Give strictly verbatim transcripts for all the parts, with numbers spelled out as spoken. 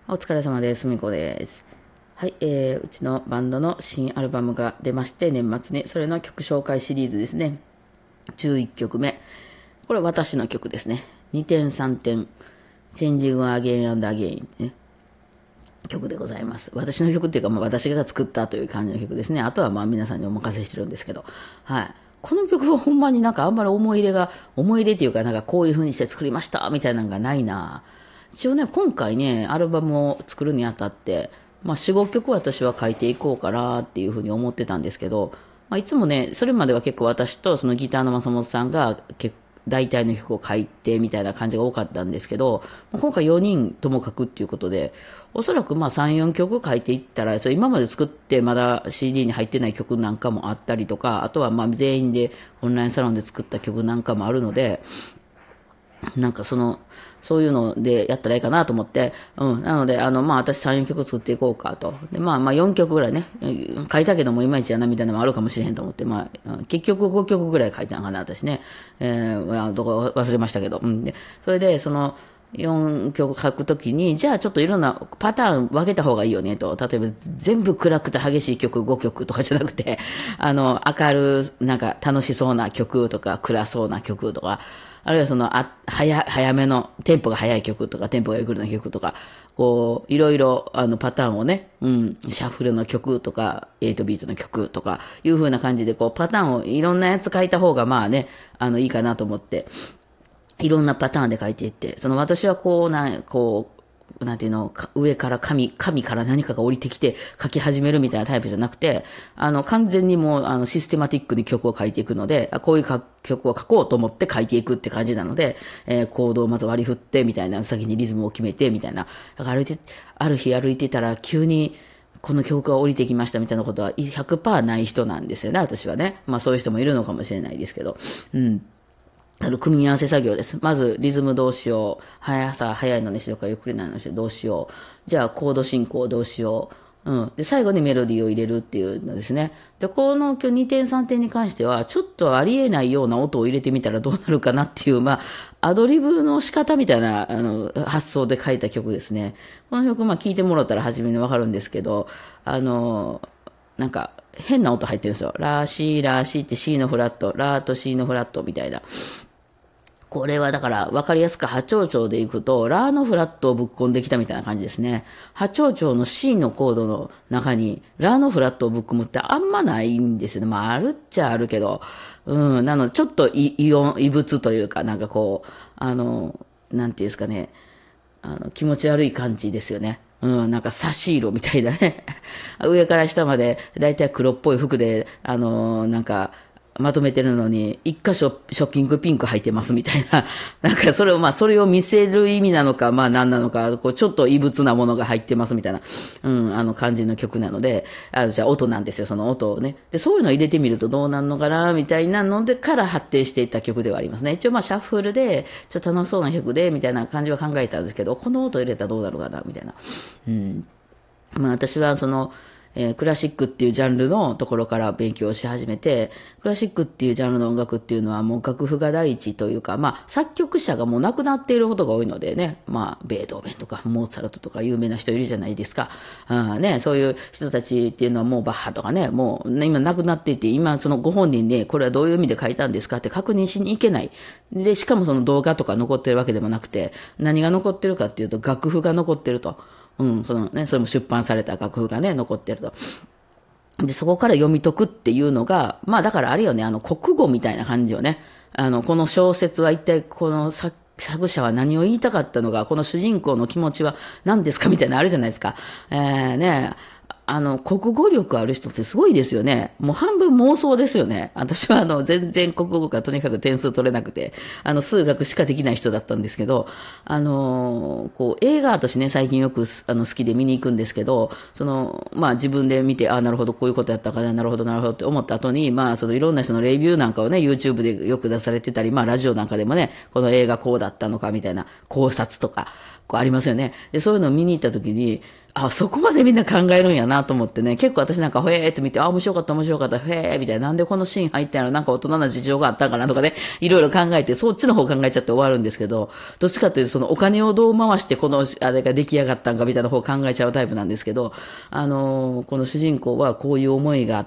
お疲れ様です。みこです。はい、えー、うちのバンドの新アルバムが出まして、年末に、それの曲紹介シリーズですね。じゅういっきょくめ。これ私の曲ですね。にてんさんてん、チェンジングアゲインアンダーゲインね。曲でございます。私の曲っていうか、まあ、私が作ったという感じの曲ですね。あとはまあ皆さんにお任せしてるんですけど。はい。この曲はほんまになんかあんまり思い入れが、思い入れっていうか、なんかこういう風にして作りましたみたいなのがないな。一応ね、今回ね、アルバムを作るにあたって、まあ、よん、ごきょく私は書いていこうかなっていうふうに思ってたんですけど、まあ、いつもね、それまでは結構私とそのギターの正本さんが結大体の曲を書いてみたいな感じが多かったんですけど、今回よにんとも書くっていうことで、おそらくまあさん、よんきょく書いていったら、それ今まで作ってまだ シーディー に入ってない曲なんかもあったりとか、あとはまあ全員でオンラインサロンで作った曲なんかもあるので、なんかその、そういうのでやったらいいかなと思って、うん。なので、あの、まあ私さん、よんきょく作っていこうかと。で、まあまあよんきょくぐらいね、書いたけどもいまいちやなみたいなのもあるかもしれへんと思って、まあ、結局ごきょくぐらい書いたのかな、私ね。えー、どこ忘れましたけど。うん。で、それで、その、よんきょく書くときに、じゃあちょっといろんなパターン分けた方がいいよねと。例えば全部暗くて激しい曲ごきょくとかじゃなくて、あの、明る、なんか楽しそうな曲とか暗そうな曲とか、あるいはその、あ、早、早めの、テンポが速い曲とか、テンポがゆっくりな曲とか、こう、いろいろ、あの、パターンをね、うん、シャッフルの曲とか、エイトビートの曲とか、いう風な感じで、こう、パターンをいろんなやつ書いた方が、まあね、あの、いいかなと思って、いろんなパターンで書いていって、その私はこう、な、こう、なんていうの、上から紙、紙から何かが降りてきて書き始めるみたいなタイプじゃなくて、あの、完全にもう、あの、システマティックに曲を書いていくので、こういう曲を書こうと思って書いていくって感じなので、えー、コードをまず割り振って、みたいな、先にリズムを決めて、みたいな。だから歩いて、ある日歩いてたら、急に、この曲が降りてきましたみたいなことはひゃくパーセントない人なんですよね、私はね。まあそういう人もいるのかもしれないですけど。うん。あの、組み合わせ作業です。まず、リズムどうしよう。速さ、速いのにしようか、ゆっくりなのにしよう。どうしよう。じゃあ、コード進行どうしよう。うん。で、最後にメロディーを入れるっていうのですね。で、この今日にてんさんてんに関しては、ちょっとありえないような音を入れてみたらどうなるかなっていう、まあ、アドリブの仕方みたいな、あの、発想で書いた曲ですね。この曲、まあ、聞いてもらったら初めにわかるんですけど、あの、なんか、変な音入ってるんですよ。ラーシー、ラーシーって C のフラット、ラーと C のフラットみたいな。これはだから分かりやすく波長長でいくと、ラーのフラットをぶっ込んできたみたいな感じですね。波長長の C のコードの中に、ラーのフラットをぶっ込むってあんまないんですよね。まああるっちゃあるけど、うん、なのでちょっと異異音、異物というか、なんかこう、あの、なんていうんですかね、あの、気持ち悪い感じですよね。うん、なんか差し色みたいなね。上から下まで、だいたい黒っぽい服で、あのなんか、まとめてるのに、一箇所ショッキングピンク入ってますみたいな。なんかそれを、まあそれを見せる意味なのか、まあ何なのか、こうちょっと異物なものが入ってますみたいな、うん、あの感じの曲なので、あじゃあ音なんですよ、その音をね。で、そういうのを入れてみるとどうなんのかな、みたいなのでから発展していった曲ではありますね。一応まあシャッフルで、ちょっと楽しそうな曲で、みたいな感じは考えたんですけど、この音入れたらどうなるかな、みたいな。うん。まあ私はその、えークラシックっていうジャンルのところから勉強し始めて、クラシックっていうジャンルの音楽っていうのはもう楽譜が第一というか、まあ作曲者がもう亡くなっていることが多いのでね、まあベートーベンとかモーツァルトとか有名な人いるじゃないですか。あね、そういう人たちっていうのはもうバッハとかね、もう、ね、今亡くなっていて、今そのご本人でこれはどういう意味で書いたんですかって確認しに行けない。で、しかもその動画とか残ってるわけでもなくて、何が残ってるかっていうと楽譜が残ってると。うん、そのね、それも出版された楽譜がね、残ってると。で、そこから読み解くっていうのが、まあだからあれよね、あの国語みたいな感じよね。あの、この小説は一体この作作者は何を言いたかったのか、この主人公の気持ちは何ですかみたいなのあるじゃないですか。えー、ね、あの、国語力ある人ってすごいですよね。もう半分妄想ですよね。私はあの、全然国語がとにかく点数取れなくて、あの、数学しかできない人だったんですけど、あの、こう、映画としてね、最近よくあの好きで見に行くんですけど、その、まあ自分で見て、あなるほど、こういうことやったかな、なるほど、なるほどって思った後に、まあそのいろんな人のレビューなんかをね、YouTube でよく出されてたり、まあラジオなんかでもね、この映画こうだったのかみたいな考察とか、こうありますよね。で、そういうのを見に行った時に、 あ、そこまでみんな考えるんやなと思ってね、結構私なんか、へーって見て、あ、面白かった面白かった、へーみたいな、なんでこのシーン入ったのなんか大人な事情があったんかなとかね、いろいろ考えて、そっちの方考えちゃって終わるんですけど、どっちかというと、そのお金をどう回してこの、あれが出来上がったんかみたいな方を考えちゃうタイプなんですけど、あのーこの主人公はこういう思いがあって、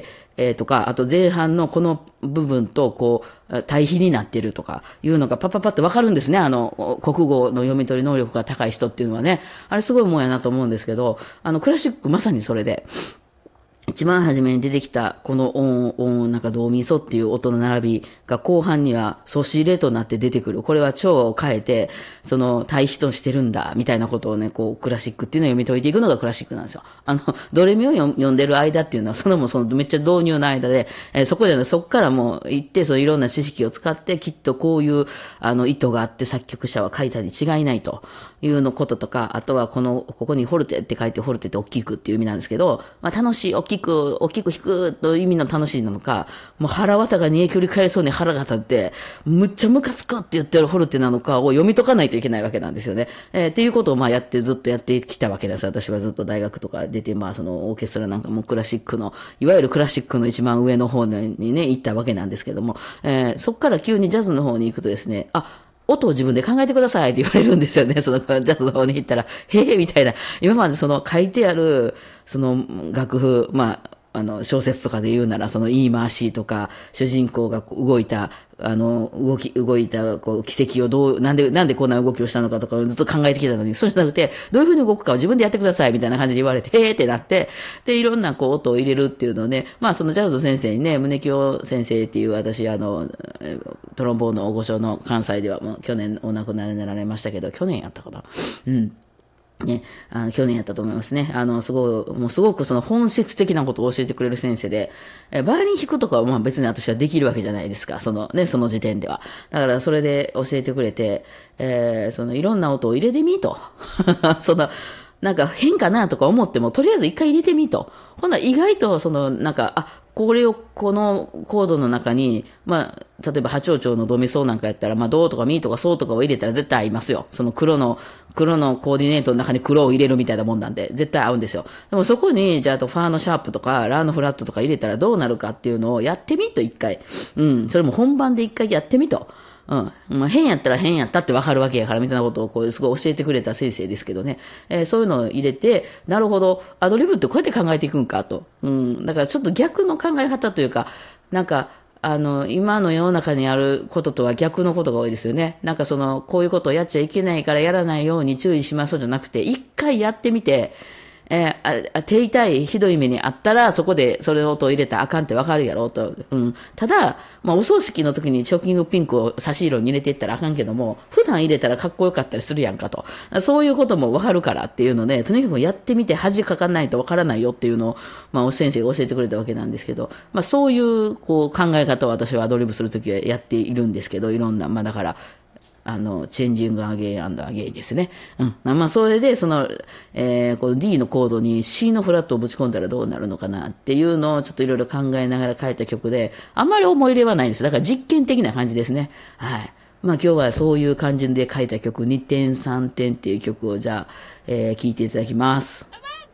えー、とか、あと前半のこの部分と、こう、対比になっているとか、いうのがパッパッパってわかるんですね。あの、国語の読み取り能力が高い人っていうのはね。あれすごいもんやなと思うんですけど、あの、クラシックまさにそれで、一番初めに出てきた、この音、音、なんかドミソっていう音の並びが後半にはソシレとなって出てくる。これは調を変えて、その対比としてるんだ、みたいなことをね、こう、クラシックっていうのを読み解いていくのがクラシックなんですよ。あの、ドレミを読んでる間っていうのは、そのもそのめっちゃ導入の間で、えーそこじゃない、そこからもう行って、そういろんな知識を使って、きっとこういう、あの、意図があって作曲者は書いたに違いないというのこととか、あとはこの、ここにフォルテって書いて、フォルテって大きくっていう意味なんですけど、まあ楽しい、大きく、大きく弾くという意味の楽しいなのか、もう腹渡が煮えくり返りそうに腹が立って、むっちゃムカつくって言ってるフォルテなのかを読み解かないといけないわけなんですよね。えー、っていうことをまあやって、ずっとやってきたわけです。私はずっと大学とか出て、まあそのオーケストラなんかもクラシックの、いわゆるクラシックの一番上の方にね、行ったわけなんですけども、えー、そこから急にジャズの方に行くとですね、あ、音を自分で考えてくださいって言われるんですよね。そのジャズの方に行ったら、へえ、みたいな。今までその書いてある、その楽譜、まあ、あの、小説とかで言うなら、その言い回しとか、主人公が動いた、あの、動き、動いた、こう、奇跡をどう、なんで、なんでこんな動きをしたのかとかをずっと考えてきたのに、そうじゃなくて、どういうふうに動くかを自分でやってください、みたいな感じで言われて、へーってなって、で、いろんな、こう、音を入れるっていうのをね、まあ、そのジャズの先生にね、宗清先生っていう、私、あの、トロンボーンの大御所の関西では、もう去年お亡くなりになられましたけど、去年やったかな。うん。ね、あの、去年やったと思いますね。あの、すごい、もうすごくその本質的なことを教えてくれる先生で、え、バイオリン弾くとかはまあ別に私はできるわけじゃないですか。そのね、その時点では。だからそれで教えてくれて、えー、そのいろんな音を入れてみと。その、なんか変かなとか思っても、とりあえず一回入れてみと。ほんなら意外と、その、なんか、あ、これをこのコードの中に、まあ、例えば波長長のドミソなんかやったら、まあ、ドとかミとかソとかを入れたら絶対合いますよ。その黒の、黒のコーディネートの中に黒を入れるみたいなもんなんで、絶対合うんですよ。でもそこに、じゃああとファーのシャープとか、ラーのフラットとか入れたらどうなるかっていうのをやってみと一回。うん。それも本番で一回やってみと。うん。まあ、変やったら変やったってわかるわけやから、みたいなことをこう、すごい教えてくれた先生ですけどね。えーそういうのを入れて、なるほど、アドリブってこうやって考えていくんかと。うん。だからちょっと逆の考え方というか、なんか、あの、今の世の中にあることとは逆のことが多いですよね。なんかその、こういうことをやっちゃいけないからやらないように注意しましょうじゃなくて、一回やってみて、えーあ、手痛い、ひどい目にあったら、そこでそれを音を入れたらあかんってわかるやろうと。うん。ただ、まあ、お葬式の時にチョーキングピンクを差し色に入れていったらあかんけども、普段入れたらかっこよかったりするやんかと。そういうこともわかるからっていうので、とにかくやってみて恥かかないとわからないよっていうのを、まあ、お先生が教えてくれたわけなんですけど、まあ、そういう、こう、考え方を私はアドリブするときはやっているんですけど、いろんな、まあ、だから、あの、チェンジングアゲインアゲインですね。うん。まあ、それで、その、えー、この D のコードに C のフラットをぶち込んだらどうなるのかなっていうのをちょっといろいろ考えながら書いた曲で、あんまり思い入れはないんです。だから実験的な感じですね。はい。まあ今日はそういう感じで書いた曲、にてんさんてんっていう曲をじゃあ、えー、聴いていただきます。